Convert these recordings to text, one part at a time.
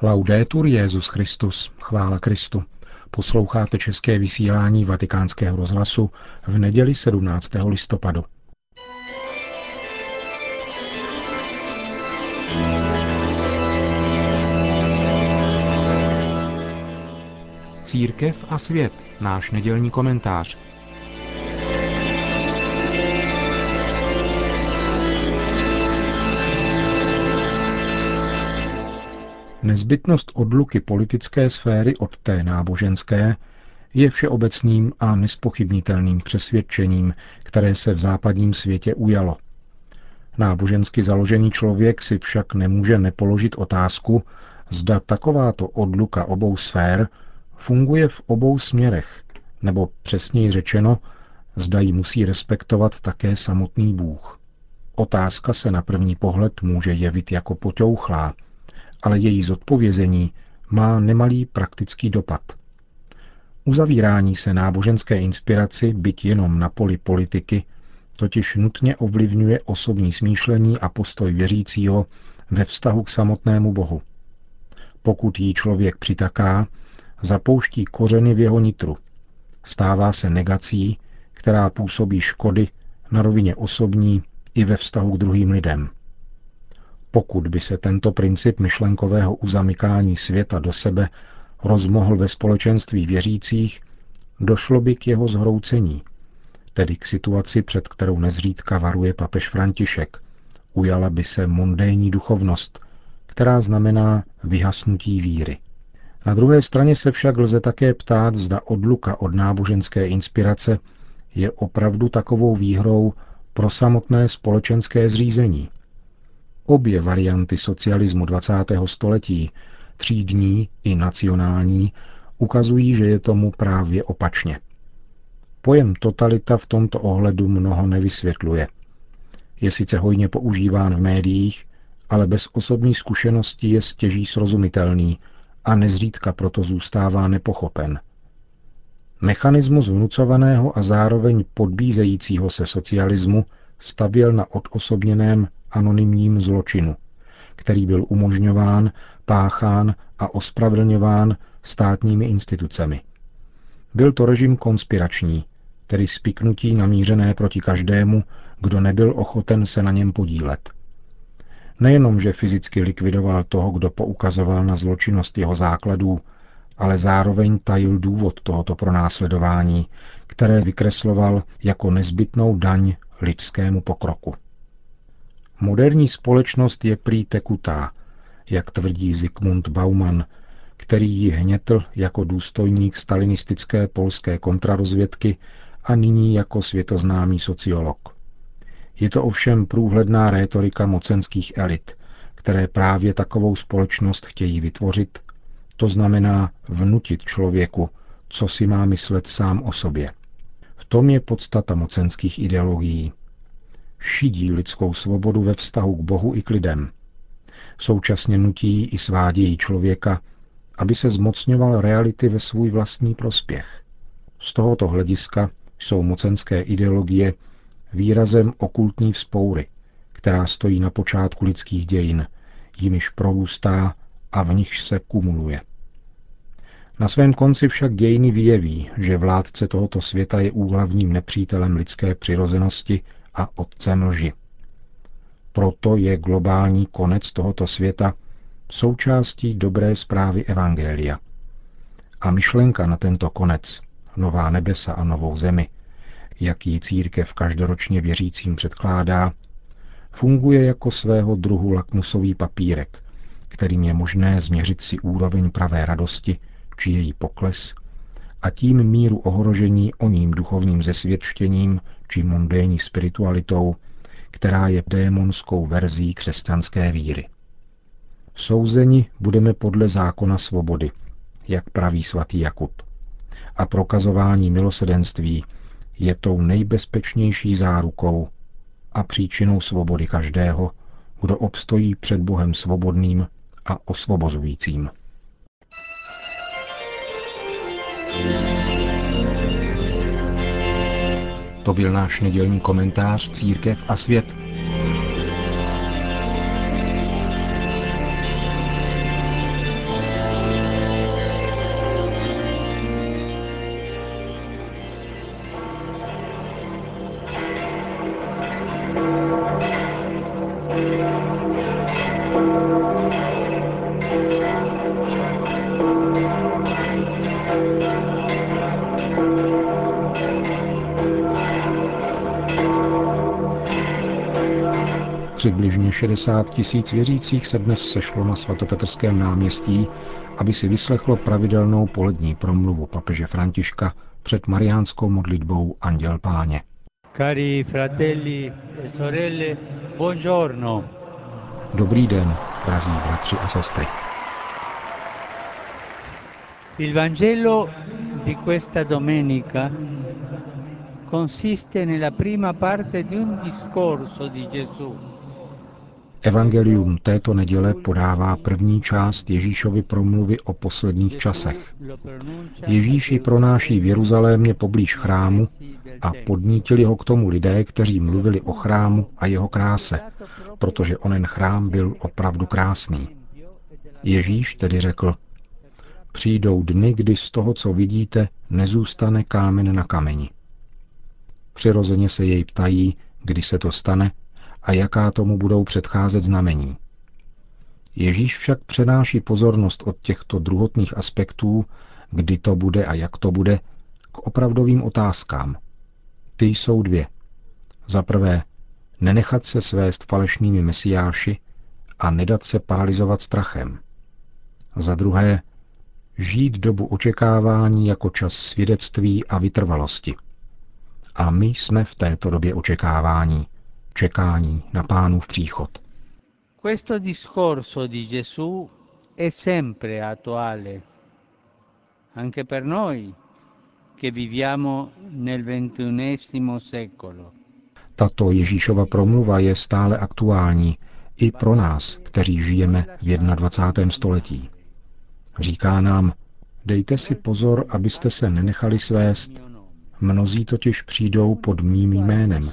Laudetur Jesus Christus, chvála Kristu. Posloucháte české vysílání Vatikánského rozhlasu v neděli 17. listopadu. Církev a svět, náš nedělní komentář. Nezbytnost odluky politické sféry od té náboženské je všeobecným a nezpochybnitelným přesvědčením, které se v západním světě ujalo. Nábožensky založený člověk si však nemůže nepoložit otázku, zda takováto odluka obou sfér funguje v obou směrech, nebo přesněji řečeno, zda ji musí respektovat také samotný Bůh. Otázka se na první pohled může jevit jako poťouchlá, ale její zodpovězení má nemalý praktický dopad. Uzavírání se náboženské inspiraci, byť jenom na poli politiky, totiž nutně ovlivňuje osobní smýšlení a postoj věřícího ve vztahu k samotnému Bohu. Pokud jí člověk přitaká, zapouští kořeny v jeho nitru. Stává se negací, která působí škody na rovině osobní i ve vztahu k druhým lidem. Pokud by se tento princip myšlenkového uzamykání světa do sebe rozmohl ve společenství věřících, došlo by k jeho zhroucení, tedy k situaci, před kterou nezřídka varuje papež František. Ujala by se mondénní duchovnost, která znamená vyhasnutí víry. Na druhé straně se však lze také ptát, zda odluka od náboženské inspirace je opravdu takovou výhrou pro samotné společenské zřízení. Obě varianty socialismu 20. století, třídní i nacionální, ukazují, že je tomu právě opačně. Pojem totalita v tomto ohledu mnoho nevysvětluje. Je sice hojně používán v médiích, ale bez osobní zkušenosti je stěží srozumitelný a nezřídka proto zůstává nepochopen. Mechanismus vnucovaného a zároveň podbízejícího se socialismu stavěl na odosobněném anonymním zločinu, který byl umožňován, páchán a ospravedlňován státními institucemi. Byl to režim konspirační, tedy spiknutí namířené proti každému, kdo nebyl ochoten se na něm podílet. Nejenom, že fyzicky likvidoval toho, kdo poukazoval na zločinnost jeho základů, ale zároveň tajil důvod tohoto pronásledování, které vykresloval jako nezbytnou daň lidskému pokroku. Moderní společnost je prý tekutá, jak tvrdí Zygmunt Bauman, který ji hnětl jako důstojník stalinistické polské kontrarozvědky a nyní jako světoznámý sociolog. Je to ovšem průhledná rétorika mocenských elit, které právě takovou společnost chtějí vytvořit, to znamená vnutit člověku, co si má myslet sám o sobě. V tom je podstata mocenských ideologií. Šidí lidskou svobodu ve vztahu k Bohu i k lidem. Současně nutí i svádějí člověka, aby se zmocňoval reality ve svůj vlastní prospěch. Z tohoto hlediska jsou mocenské ideologie výrazem okultní vzpoury, která stojí na počátku lidských dějin, jimiž prorůstá a v nichž se kumuluje. Na svém konci však dějiny vyjeví, že vládce tohoto světa je úhlavním nepřítelem lidské přirozenosti a otcem lži. Proto je globální konec tohoto světa součástí dobré zprávy evangelia. A myšlenka na tento konec, nová nebesa a novou zemi, jak ji církev každoročně věřícím předkládá, funguje jako svého druhu lakmusový papírek, kterým je možné změřit si úroveň pravé radosti či její pokles a tím míru ohrožení oním duchovním zesvědčením či mondénní spiritualitou, která je démonskou verzí křesťanské víry. Souzeni budeme podle zákona svobody, jak praví svatý Jakub. A prokazování milosedenství je tou nejbezpečnější zárukou a příčinou svobody každého, kdo obstojí před Bohem svobodným a osvobozujícím. To byl náš nedělní komentář Církev a svět. Přibližně 60 000 věřících se dnes sešlo na svatopetrském náměstí, aby si vyslechlo pravidelnou polední promluvu papeže Františka před mariánskou modlitbou Anděl Páně. Cari fratelli e sorelle, buongiorno. Dobrý den, drazí bratři a sestry. Il Vangelo di questa domenica consiste nella prima parte di un discorso di Gesù. Evangelium této neděle podává první část Ježíšovy promluvy o posledních časech. Ježíš ji pronáší v Jeruzalémě poblíž chrámu a podnítili ho k tomu lidé, kteří mluvili o chrámu a jeho kráse, protože onen chrám byl opravdu krásný. Ježíš tedy řekl: Přijdou dny, kdy z toho, co vidíte, nezůstane kámen na kameni. Přirozeně se jej ptají, kdy se to stane a jaká tomu budou předcházet znamení. Ježíš však přenáší pozornost od těchto druhotných aspektů, kdy to bude a jak to bude, k opravdovým otázkám. Ty jsou dvě. Za prvé, nenechat se svést falešnými mesiáši a nedat se paralyzovat strachem. Za druhé, žít dobu očekávání jako čas svědectví a vytrvalosti. A my jsme v této době očekávání, čekání na Pánův příchod. Questo discorso di Gesù è sempre attuale, anche per noi che viviamo nel XXI secolo. Tato Ježíšova promluva je stále aktuální i pro nás, kteří žijeme v 21. století. Říká nám, dejte si pozor, abyste se nenechali svést. Mnozí totiž přijdou pod mým jménem.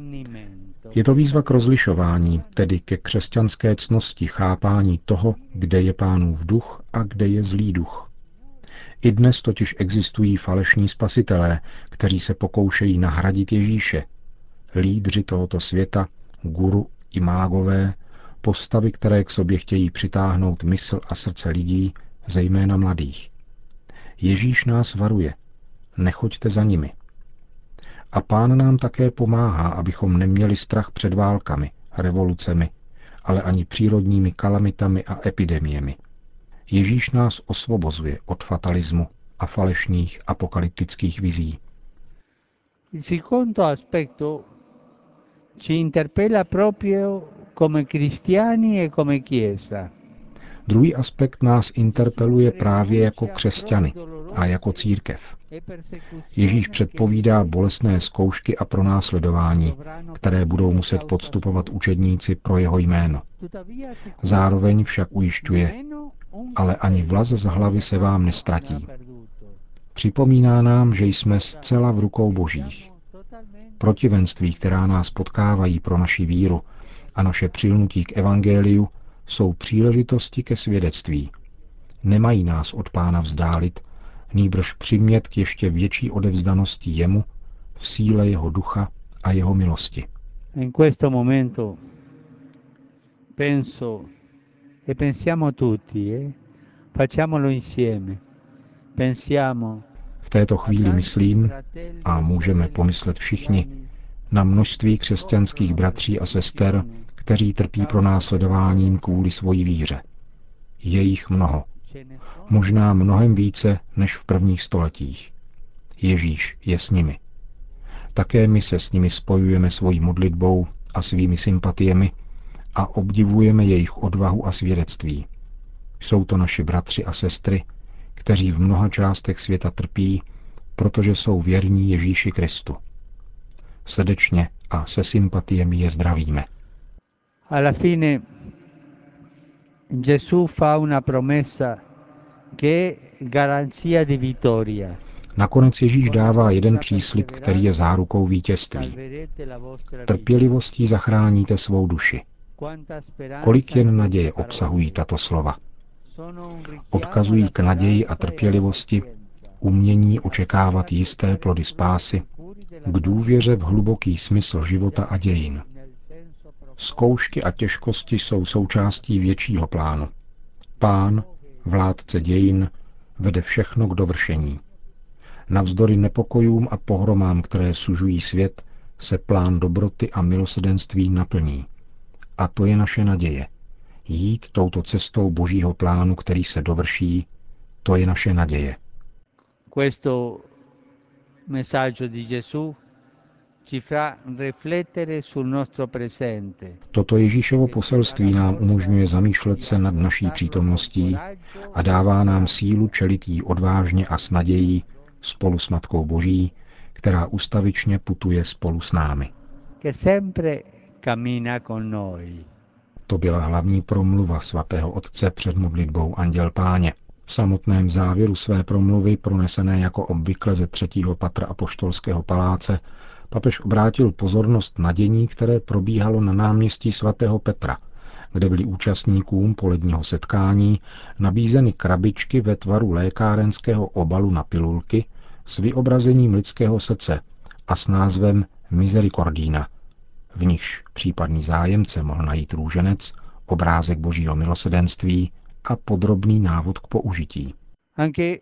Je to výzva k rozlišování, tedy ke křesťanské ctnosti chápání toho, kde je Pánův duch a kde je zlý duch. I dnes totiž existují falešní spasitelé, kteří se pokoušejí nahradit Ježíše. Lídři tohoto světa, guru i mágové, postavy, které k sobě chtějí přitáhnout mysl a srdce lidí, zejména mladých. Ježíš nás varuje. Nechoďte za nimi. A Pán nám také pomáhá, abychom neměli strach před válkami, revolucemi, ale ani přírodními kalamitami a epidemiemi. Ježíš nás osvobozuje od fatalismu a falešných apokalyptických vizí. Il secondo aspetto ci interpella proprio come cristiani e come Chiesa. Druhý aspekt nás interpeluje právě jako křesťany a jako církev. Ježíš předpovídá bolestné zkoušky a pronásledování, které budou muset podstupovat učedníci pro jeho jméno. Zároveň však ujišťuje, ale ani vlas z hlavy se vám nestratí. Připomíná nám, že jsme zcela v rukou Božích. Protivenství, která nás potkávají pro naši víru a naše přilnutí k evangeliu, jsou příležitosti ke svědectví. Nemají nás od Pána vzdálit, nýbrž přimět k ještě větší odevzdanosti jemu, v síle jeho ducha a jeho milosti. In questo momento penso e pensiamo tutti, facciamolo insieme. Pensiamo. V této chvíli myslím, a můžeme pomyslet všichni, na množství křesťanských bratří a sester, kteří trpí pronásledováním kvůli svojí víře. Je jich mnoho. Možná mnohem více než v prvních stoletích. Ježíš je s nimi. Také my se s nimi spojujeme svojí modlitbou a svými sympatiemi a obdivujeme jejich odvahu a svědectví. Jsou to naši bratři a sestry, kteří v mnoha částech světa trpí, protože jsou věrní Ježíši Kristu. Srdečně a se sympatiemi je zdravíme. Alla fine Gesù fa una promessa che è garanzia di vittoria. Nakonec Ježíš dává jeden příslib, který je zárukou vítězství. Trpělivostí zachráníte svou duši. Kolik jen naděje obsahují tato slova. Odkazují k naději a trpělivosti, umění očekávat jisté plody spásy, k důvěře v hluboký smysl života a dějin. Zkoušky a těžkosti jsou součástí většího plánu. Pán, vládce dějin, vede všechno k dovršení. Navzdory nepokojům a pohromám, které sužují svět, se plán dobroty a milosrdenství naplní. A to je naše naděje. Jít touto cestou Božího plánu, který se dovrší, to je naše naděje. Questo messaggio di Gesù ci fa riflettere sul nostro presente. Toto Ježíšovo poselství nám umožňuje zamýšlet se nad naší přítomností a dává nám sílu čelit jí odvážně a s nadějí spolu s Matkou Boží, která ustavičně putuje spolu s námi. Che sempre cammina con noi. To byla hlavní promluva svatého otce před modlitbou Anděl Páně. V samotném závěru své promluvy, pronesené jako obvykle ze 3. patra apoštolského paláce, papež obrátil pozornost na dění, které probíhalo na náměstí svatého Petra, kde byly účastníkům poledního setkání nabízeny krabičky ve tvaru lékárenského obalu na pilulky s vyobrazením lidského srdce a s názvem Misericordina, v nichž případný zájemce mohl najít růženec, obrázek Božího milosrdenství a podrobný návod k použití. Anche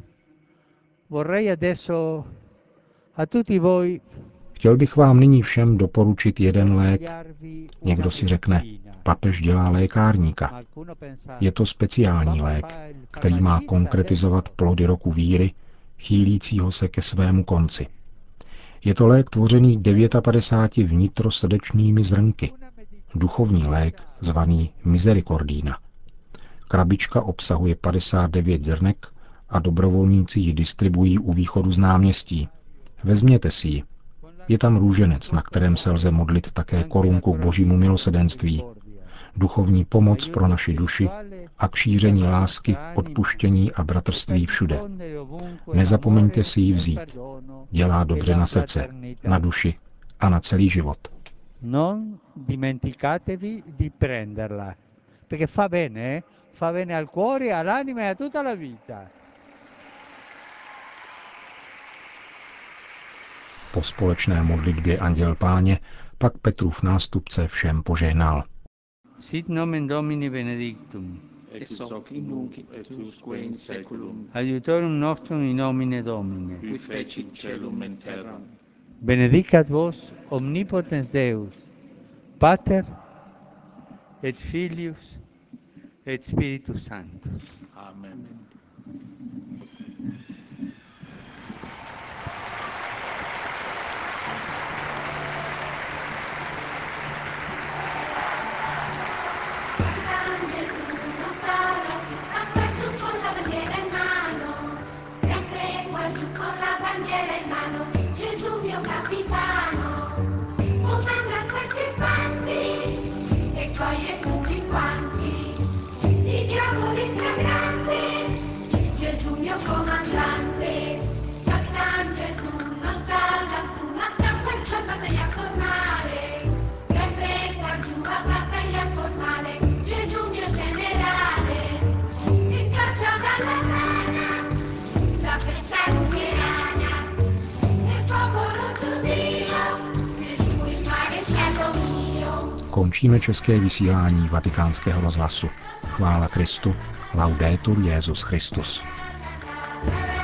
vorrei adesso a tutti voi Chtěl bych vám nyní všem doporučit jeden lék. Někdo si řekne, papež dělá lékárníka. Je to speciální lék, který má konkretizovat plody roku víry, chýlícího se ke svému konci. Je to lék tvořený 59 vnitrosrdečními zrnky. Duchovní lék zvaný Misericordina. Krabička obsahuje 59 zrnek a dobrovolníci ji distribuují u východu z náměstí. Vezměte si ji. Je tam růženec, na kterém se lze modlit také korunku k Božímu milosrdenství, duchovní pomoc pro naši duši a k šíření lásky, odpuštění a bratrství všude. Nezapomeňte si ji vzít. Dělá dobře na srdce, na duši a na celý život. Non dimenticatevi di prenderla, perché fa bene al cuore, all'anima e a tutta la vita. Po společné modlitbě Anděl Páně pak Petrův nástupce všem požehnal. Sit nomen Domini benedictum. Ex hoc nunc et usque in saeculum. Aiutorium nostrum in nomine Domini. Qui fecit celum et terram. Benedicat vos omnipotens Deus, Pater et Filius et Spiritus Sanctus. Amen. Gioie tutti quanti, di diavoli fragranti, Gesù mio comandante, Capitan Gesù non sta lassù, ma sta qua giù a battaglia col male, sempre laggiù a battaglia col male, Gesù mio generale, ti caccia dalla rana, la freccia lumerana, nel popolo giudio, Gesù il maresciallo mio. Končíme české vysílání Vatikánského rozhlasu. Chvála Kristu, laudetur Jesus Christus.